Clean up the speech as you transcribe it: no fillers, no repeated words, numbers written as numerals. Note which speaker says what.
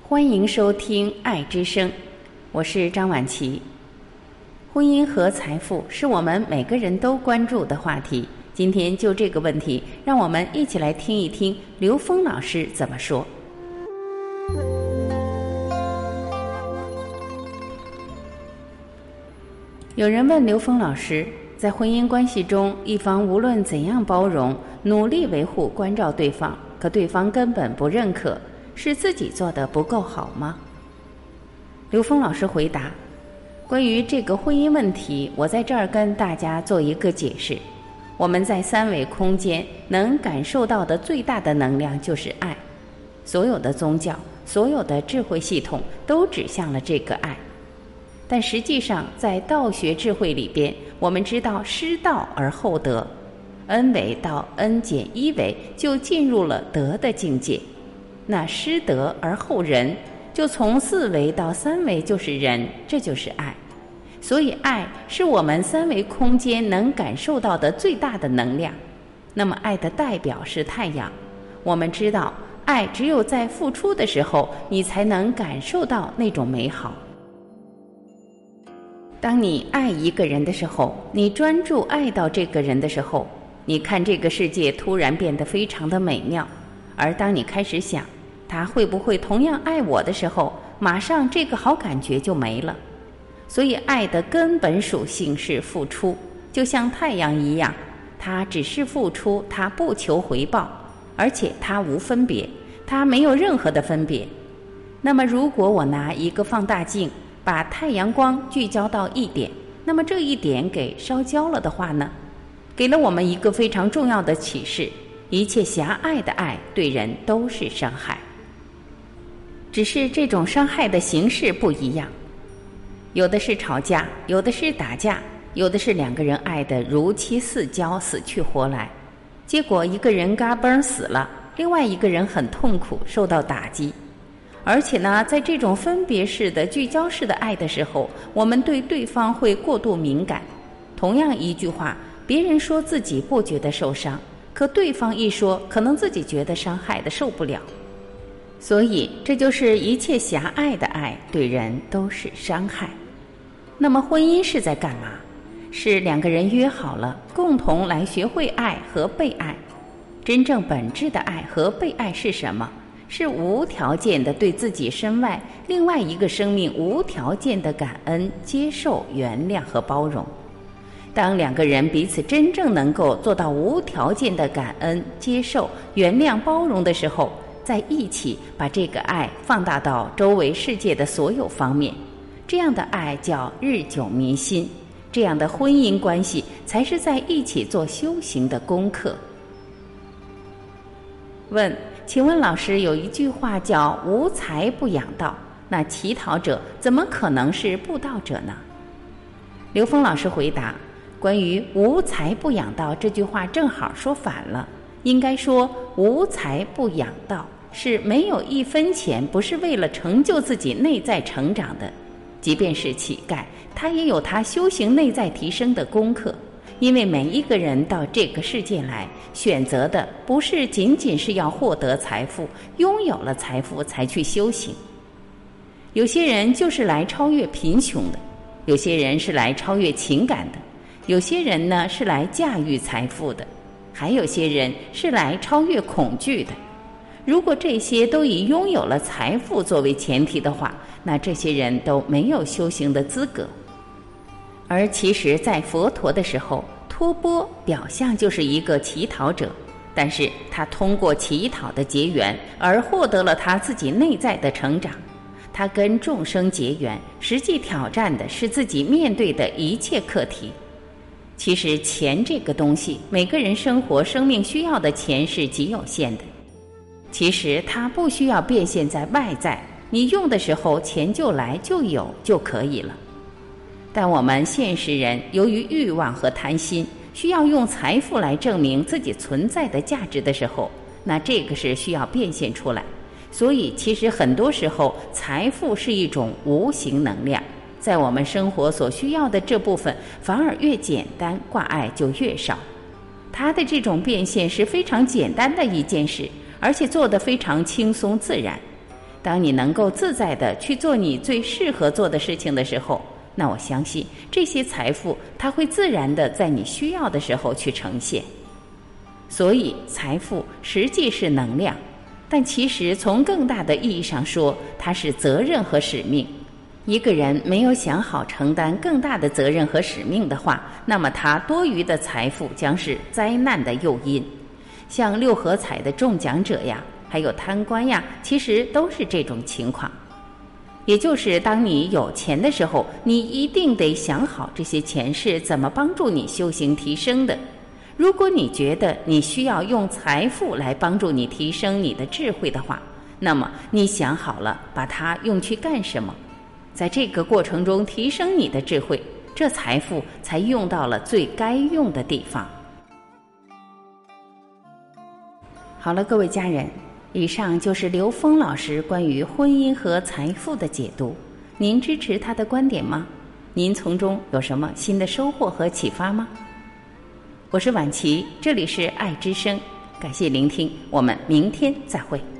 Speaker 1: 欢迎收听爱之声，我是张婉琪。婚姻和财富是我们每个人都关注的话题，今天就这个问题，让我们一起来听一听刘峰老师怎么说。有人问刘峰老师，在婚姻关系中，一方无论怎样包容，努力维护关照对方，可对方根本不认可，是自己做的不够好吗？刘峰老师回答，关于这个婚姻问题，我在这儿跟大家做一个解释。我们在三维空间能感受到的最大的能量就是爱，所有的宗教，所有的智慧系统都指向了这个爱。但实际上在道学智慧里边，我们知道失道而后得， n 维到 n 减1维就进入了德的境界，那失德而后仁，就从4维到3维就是仁，这就是爱。所以爱是我们三维空间能感受到的最大的能量。那么爱的代表是太阳，我们知道爱只有在付出的时候，你才能感受到那种美好。当你爱一个人的时候，你专注爱到这个人的时候，你看这个世界突然变得非常的美妙。而当你开始想他会不会同样爱我的时候，马上这个好感觉就没了。所以爱的根本属性是付出，就像太阳一样，它只是付出，它不求回报，而且它无分别，它没有任何的分别。那么如果我拿一个放大镜把太阳光聚焦到一点，那么这一点给烧焦了的话呢，给了我们一个非常重要的启示，一切狭隘的爱对人都是伤害，只是这种伤害的形式不一样。有的是吵架，有的是打架，有的是两个人爱得如漆似胶，死去活来，结果一个人嘎嘣死了，另外一个人很痛苦，受到打击。而且呢，在这种分别式的聚焦式的爱的时候，我们对对方会过度敏感。同样一句话，别人说自己不觉得受伤，可对方一说，可能自己觉得伤害的受不了。所以这就是一切狭隘的爱对人都是伤害。那么婚姻是在干嘛？是两个人约好了共同来学会爱和被爱。真正本质的爱和被爱是什么？是无条件的对自己身外另外一个生命无条件的感恩、接受、原谅和包容。当两个人彼此真正能够做到无条件的感恩、接受、原谅、包容的时候，在一起把这个爱放大到周围世界的所有方面，这样的爱叫日久弥新，这样的婚姻关系才是在一起做修行的功课。问，请问老师，有一句话叫无财不养道，那乞讨者怎么可能是布道者呢？刘峰老师回答，关于无财不养道这句话正好说反了，应该说无财不养道，是没有一分钱不是为了成就自己内在成长的。即便是乞丐，他也有他修行内在提升的功课。因为每一个人到这个世界来，选择的不是仅仅是要获得财富，拥有了财富才去修行。有些人就是来超越贫穷的，有些人是来超越情感的，有些人呢是来驾驭财富的，还有些人是来超越恐惧的。如果这些都以拥有了财富作为前提的话，那这些人都没有修行的资格。而其实在佛陀的时候，托钵表象就是一个乞讨者，但是他通过乞讨的结缘而获得了他自己内在的成长。他跟众生结缘，实际挑战的是自己面对的一切课题。其实钱这个东西，每个人生活生命需要的钱是极有限的，其实它不需要变现在外在，你用的时候钱就来就有就可以了。但我们现实人由于欲望和贪心，需要用财富来证明自己存在的价值的时候，那这个是需要变现出来。所以其实很多时候财富是一种无形能量，在我们生活所需要的这部分反而越简单，挂碍就越少。它的这种变现是非常简单的一件事，而且做得非常轻松自然。 当你能够自在地去做你最适合做的事情的时候，那我相信这些财富它会自然地在你需要的时候去呈现。所以财富实际是能量，但其实从更大的意义上说，它是责任和使命。一个人没有想好承担更大的责任和使命的话，那么他多余的财富将是灾难的诱因。像六合彩的中奖者呀，还有贪官呀，其实都是这种情况。也就是当你有钱的时候，你一定得想好这些钱是怎么帮助你修行提升的。如果你觉得你需要用财富来帮助你提升你的智慧的话，那么你想好了把它用去干什么，在这个过程中提升你的智慧，这财富才用到了最该用的地方。好了，各位家人，以上就是刘峰老师关于婚姻和财富的解读。您支持他的观点吗？您从中有什么新的收获和启发吗？我是婉琪，这里是爱之声，感谢聆听，我们明天再会。